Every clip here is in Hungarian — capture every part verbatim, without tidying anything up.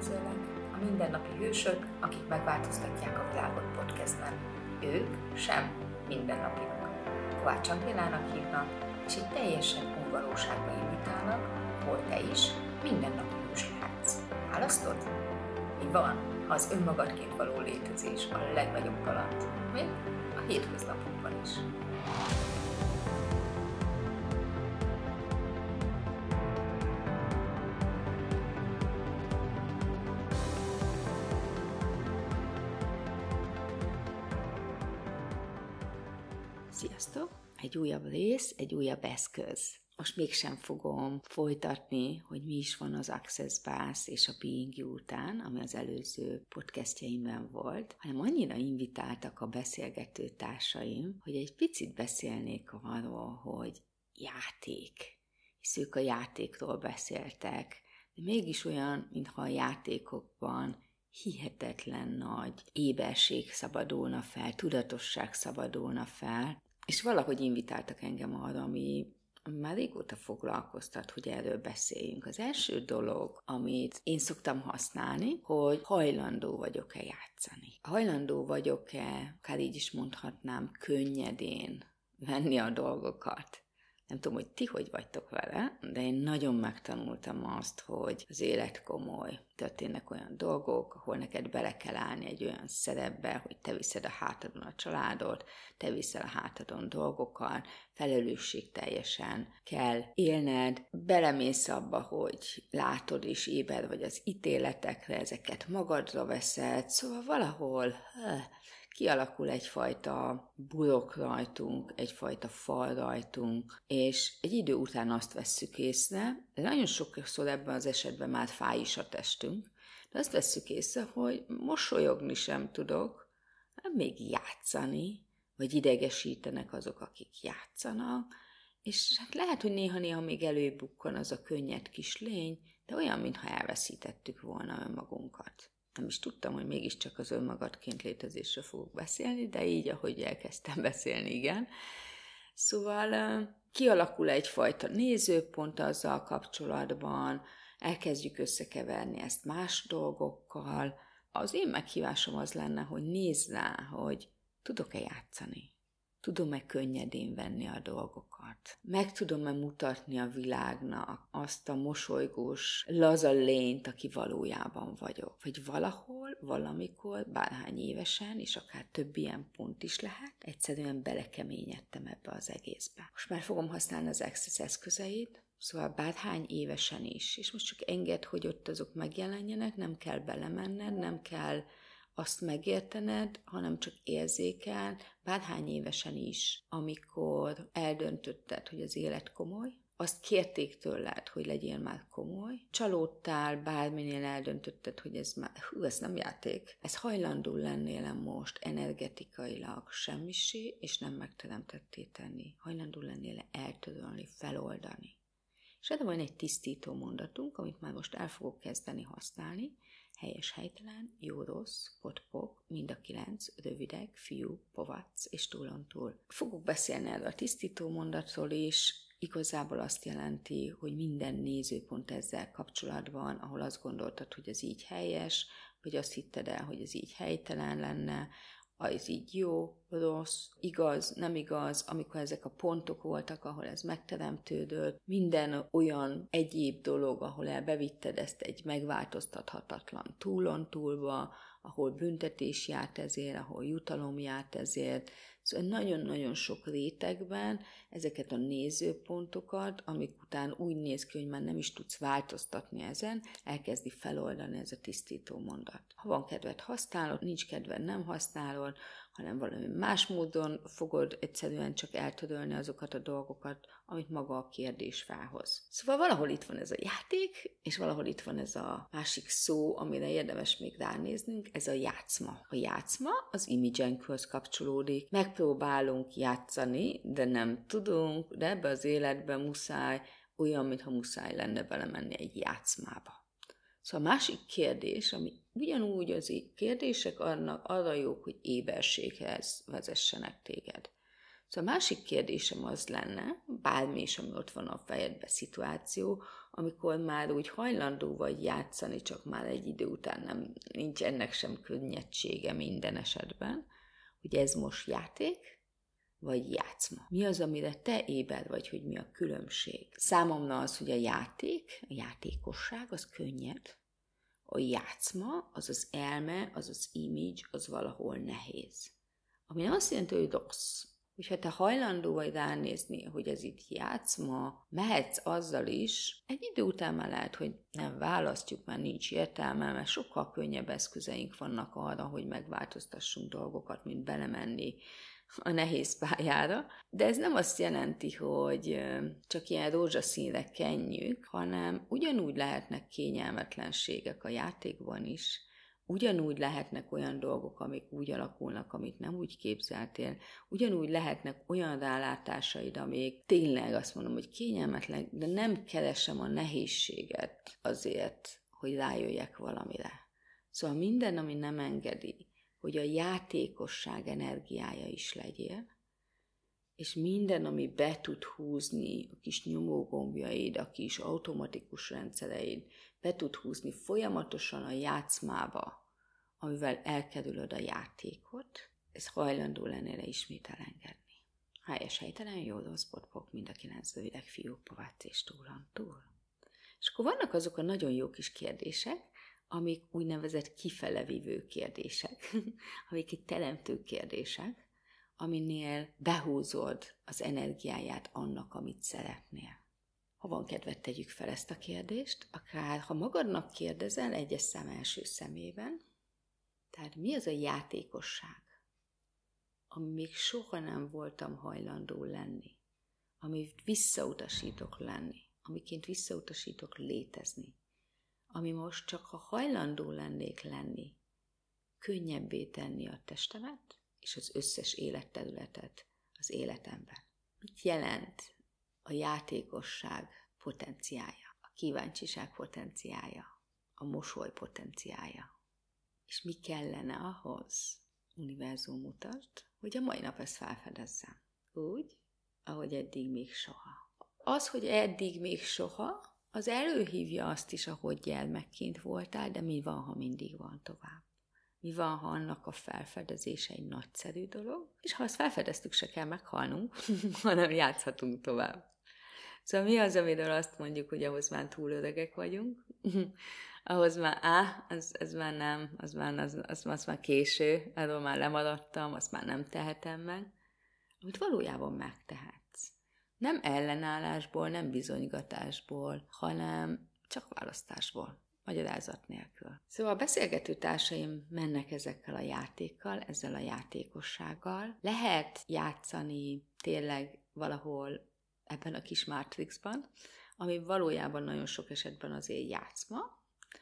üdvözöllek a Mindennapi Hősök, akik megváltoztatják a világot podcastben. Ők sem mindennapiak. Kovács Angélának hívnak, és egy teljesen új valóságba invitálnak, hol te is mindennapi hős lehetsz. Választod? Mi van, ha az önmagadként való létezés a legnagyobb kaland, még a hétköznapokban is. Sziasztok! Egy újabb rész, egy újabb eszköz. Most mégsem fogom folytatni, hogy mi is van az Access Bász és a Being You után, ami az előző podcastjaimben volt, hanem annyira invitáltak a beszélgető társaim, hogy egy picit beszélnék arról, hogy játék. Hisz ők a játékról beszéltek, de mégis olyan, mintha a játékokban hihetetlen nagy éberség szabadulna fel, tudatosság szabadulna fel, és valahogy invitáltak engem arra, ami már régóta foglalkoztat, hogy erről beszéljünk. Az első dolog, amit én szoktam használni, hogy hajlandó vagyok-e játszani. Hajlandó vagyok-e, akár így is mondhatnám, könnyedén venni a dolgokat. Nem tudom, hogy ti hogy vagytok vele, de én nagyon megtanultam azt, hogy az élet komoly. Történnek olyan dolgok, ahol neked bele kell állni egy olyan szerepbe, hogy te viszed a hátadon a családot, te viszel a hátadon dolgokat, felelősségteljesen kell élned, belemész abba, hogy látod és éber vagy az ítéletekre, ezeket magadra veszed, szóval valahol kialakul egyfajta burok rajtunk, egyfajta fal rajtunk, és egy idő után azt vesszük észre, nagyon sokszor ebben az esetben már fáj is a testünk, de azt vesszük észre, hogy mosolyogni sem tudok, még játszani, vagy idegesítenek azok, akik játszanak, és hát lehet, hogy néha-néha még előbukkan az a könnyed kis lény, de olyan, mintha elveszítettük volna önmagunkat. Nem is tudtam, hogy mégiscsak az önmagadként létezésről fogok beszélni, de így, ahogy elkezdtem beszélni, igen. Szóval kialakul egyfajta nézőpont azzal kapcsolatban, elkezdjük összekeverni ezt más dolgokkal. Az én meghívásom az lenne, hogy nézz rá, hogy tudok-e játszani? Tudom-e könnyedén venni a dolgokat? Meg tudom-e mutatni a világnak azt a mosolygós, laza lényt, aki valójában vagyok? Vagy valahol, valamikor, bárhány évesen, és akár több ilyen pont is lehet, egyszerűen belekeményedtem ebbe az egészbe. Most már fogom használni az Access eszközeit, szóval bárhány évesen is, és most csak engedd, hogy ott azok megjelenjenek, nem kell belemenned, nem kell azt megértened, hanem csak érzékel, bárhány évesen is, amikor eldöntötted, hogy az élet komoly, azt kérték tőled, hogy legyél már komoly, csalódtál, bárminél eldöntötted, hogy ez már, hú, ez nem játék, ez hajlandó lennél most energetikailag semmisé, és nem megteremtetté tenni, hajlandó lennél eltörölni, feloldani. És erre van egy tisztító mondatunk, amit már most el fogok kezdeni használni, helyes, helytelen, jó, rossz, pot-pok, mind a kilenc, rövidek, fiú, povac és túlontúl. Fogok beszélni erről a tisztító mondatról is, igazából azt jelenti, hogy minden nézőpont ezzel kapcsolatban, ahol azt gondoltad, hogy ez így helyes, vagy azt hitted el, hogy ez így helytelen lenne, az így jó, rossz, igaz, nem igaz, amikor ezek a pontok voltak, ahol ez megteremtődött, minden olyan egyéb dolog, ahol elbevitted ezt egy megváltoztathatatlan túlon túlba, ahol büntetés járt ezért, ahol jutalom járt ezért. Szóval nagyon-nagyon sok rétegben ezeket a nézőpontokat, amik után úgy néz ki, hogy már nem is tudsz változtatni ezen, elkezdi feloldani ez a tisztító mondat. Ha van kedved, használod, nincs kedved, nem használod, hanem valami más módon fogod egyszerűen csak eltörölni azokat a dolgokat, amit maga a kérdés felhoz. Szóval valahol itt van ez a játék, és valahol itt van ez a másik szó, amire érdemes még ránéznünk, ez a játszma. A játszma az imidzsenkhoz kapcsolódik. Megpróbálunk játszani, de nem tudunk, de ebbe az életben muszáj, olyan, mintha muszáj lenne belemenni egy játszmába. Szóval a másik kérdés, ami ugyanúgy az kérdések annak arra jók, hogy éberséghez vezessenek téged. Szóval a másik kérdésem az lenne, bármi is, ami ott van a fejedben szituáció, amikor már úgy hajlandó vagy játszani, csak már egy idő után nem, nincs ennek sem könnyedsége minden esetben, hogy ez most játék, vagy játszma. Mi az, amire te éber vagy, hogy mi a különbség? Számomra az, hogy a játék, a játékosság, az könnyed. A játszma, az az elme, az az image, az valahol nehéz. Ami nem azt jelenti, hogy rossz. Hogyha te hajlandó vagy ránézni, hogy ez itt játszma, mehetsz azzal is, egy idő után már lehet, hogy nem választjuk, már nincs értelme, mert sokkal könnyebb eszközeink vannak arra, hogy megváltoztassunk dolgokat, mint belemenni a nehéz pályára, de ez nem azt jelenti, hogy csak ilyen rózsaszínre kenjük, hanem ugyanúgy lehetnek kényelmetlenségek a játékban is, ugyanúgy lehetnek olyan dolgok, amik úgy alakulnak, amit nem úgy képzeltél, ugyanúgy lehetnek olyan rálátásaid, amik tényleg azt mondom, hogy kényelmetlen, de nem keresem a nehézséget azért, hogy rájöjjek valamire. Szóval minden, ami nem engedi, hogy a játékosság energiája is legyél, és minden, ami be tud húzni a kis nyomógombjaid, a kis automatikus rendszereid, be tud húzni folyamatosan a játszmába, amivel elkerülöd a játékot, ez hajlandó lennél ismét elengedni. Helyes, helytelen, jó, rossz, potpok, mind a kilenc rövidek, fiúk, pavac és túlan túl. És akkor vannak azok a nagyon jó kis kérdések, amik úgynevezett kifelevívő kérdések, amik egy teremtő kérdések, aminél behúzod az energiáját annak, amit szeretnél. Ha van kedved, tegyük fel ezt a kérdést, akár ha magadnak kérdezel egyes szám első szemében, tehát mi az a játékosság, ami még soha nem voltam hajlandó lenni, amit visszautasítok lenni, amiként visszautasítok létezni, ami most csak ha hajlandó lennék lenni, könnyebbé tenni a testemet és az összes életterületet az életemben. Mit jelent a játékosság potenciája, a kíváncsiság potenciája, a mosoly potenciája? És mi kellene ahhoz, univerzum mutasd, hogy a mai nap ezt felfedezzem. Úgy, ahogy eddig még soha. Az, hogy eddig még soha, az előhívja azt is, ahogy gyermekként voltál, de mi van, ha mindig van tovább? Mi van, ha annak a felfedezése egy nagyszerű dolog? És ha azt felfedeztük, se kell meghalnunk, hanem játszhatunk tovább. Szóval mi az, amiről azt mondjuk, hogy ahhoz már túl öregek vagyunk? ahhoz már, á, ez, ez már nem, az már, az, az, az már késő, arról már lemaradtam, azt már nem tehetem meg. Amit valójában megtehetsz. Nem ellenállásból, nem bizonygatásból, hanem csak választásból, magyarázat nélkül. Szóval a beszélgető társaim mennek ezekkel a játékkal, ezzel a játékossággal. Lehet játszani tényleg valahol ebben a kis Matrixban, ami valójában nagyon sok esetben azért játszma.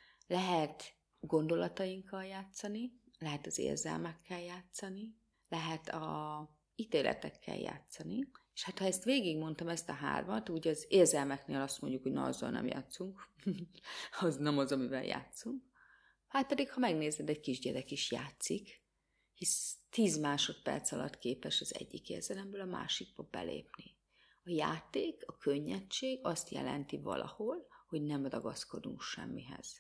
Lehet gondolatainkkal játszani, lehet az érzelmekkel játszani, lehet a ítéletekkel játszani, és hát ha ezt végigmondtam, ezt a hármat, úgy az érzelmeknél azt mondjuk, hogy na, azzal nem játszunk, az nem az, amivel játszunk. Hát pedig, ha megnézed, egy kisgyerek is játszik, hisz tíz másodperc alatt képes az egyik érzelemből a másikba belépni. A játék, a könnyedség azt jelenti valahol, hogy nem ragaszkodunk semmihez.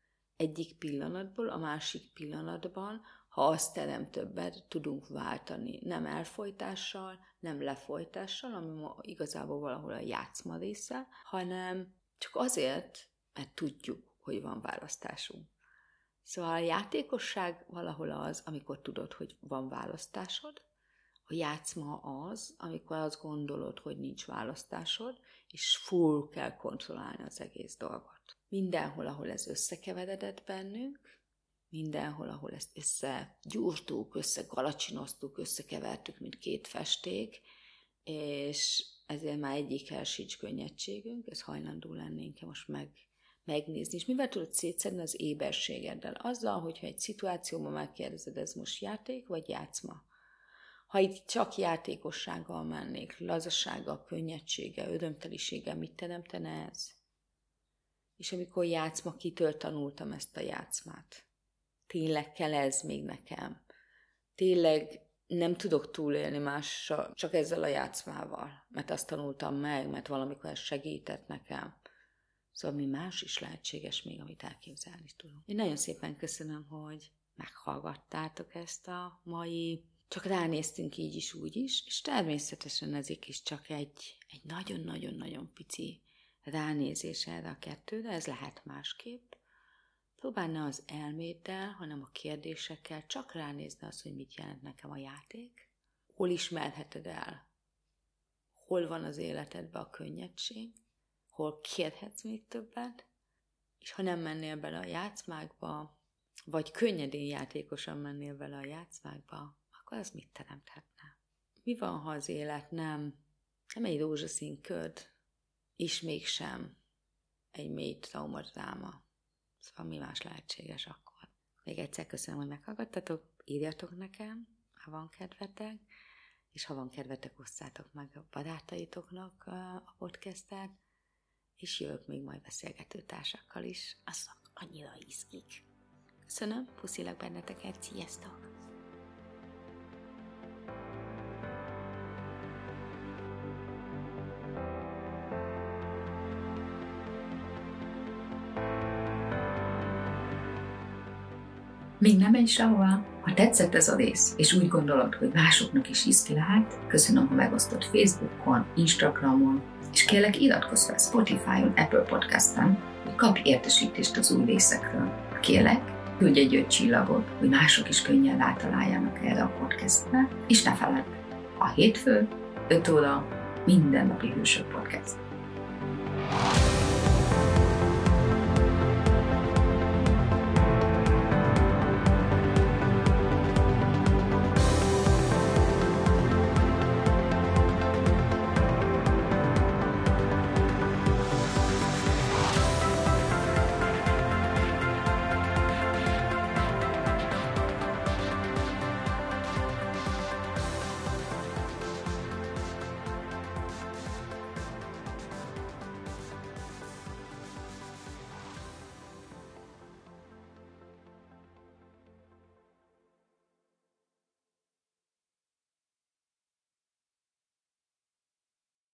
Egyik pillanatból a másik pillanatban, ha azt terem többet, tudunk váltani. Nem elfojtással, nem lefolytással, ami ma igazából valahol a játszma része, hanem csak azért, mert tudjuk, hogy van választásunk. Szóval a játékosság valahol az, amikor tudod, hogy van választásod, a játszma az, amikor azt gondolod, hogy nincs választásod, és full kell kontrollálni az egész dolgot. Mindenhol, ahol ez összekeveredett bennünk, mindenhol, ahol ezt összegyúrtuk, összegalacsinoztuk, összekevertük, mint két festék, és ezért már egyikkel sincs könnyedségünk, ez hajlandó lennénk most meg, megnézni. És mivel tudod szétszedni az éberségeddel? Azzal, hogyha egy szituációban megkérdezed, ez most játék vagy játszma? Ha itt csak játékossággal mennék, lazasággal, könnyedséggel, örömteliséggel, mit teremtene ez? És amikor játszma, kitől tanultam ezt a játszmát? Tényleg kell ez még nekem? Tényleg nem tudok túlélni mással, csak ezzel a játszmával, mert azt tanultam meg, mert valamikor ez segített nekem. Szóval mi más is lehetséges még, amit elképzelni tudunk. Én nagyon szépen köszönöm, hogy meghallgattátok ezt a mai, csak ránéztünk így is, úgy is, és természetesen ezek is csak egy, egy nagyon-nagyon-nagyon pici ránézés erre a kettőre, ez lehet másképp. Próbálj ne az elméddel, hanem a kérdésekkel csak ránézni azt, hogy mit jelent nekem a játék. Hol ismerheted el? Hol van az életedben a könnyedség? Hol kérhetsz még többet? És ha nem mennél bele a játszmákba, vagy könnyedén játékosan mennél bele a játszmákba, akkor az mit teremthetne? Mi van, ha az élet nem, nem egy rózsaszín köd, és mégsem egy mély traumadráma? Szóval mi más lehetséges akkor? Még egyszer köszönöm, hogy meghallgattatok, írjatok nekem, ha van kedvetek, és ha van kedvetek, osszátok meg a barátaitoknak a podcastet, és jövök még majd beszélgetőtársakkal is, azok annyira izgik. Köszönöm, puszilak benneteket, sziasztok! Még nem menj sehova! Ha tetszett ez a rész, és úgy gondolod, hogy másoknak is izgi lehet, köszönöm, ha megosztod Facebookon, Instagramon, és kérlek iratkozz fel Spotify-on, Apple Podcast-en, hogy kapj értesítést az új részekről. Kérlek, küldj egy öt csillagot, hogy mások is könnyen rátaláljanak erre a podcastre, és ne feledd, a hétfő, öt óra, mindennapi Hősök Podcast.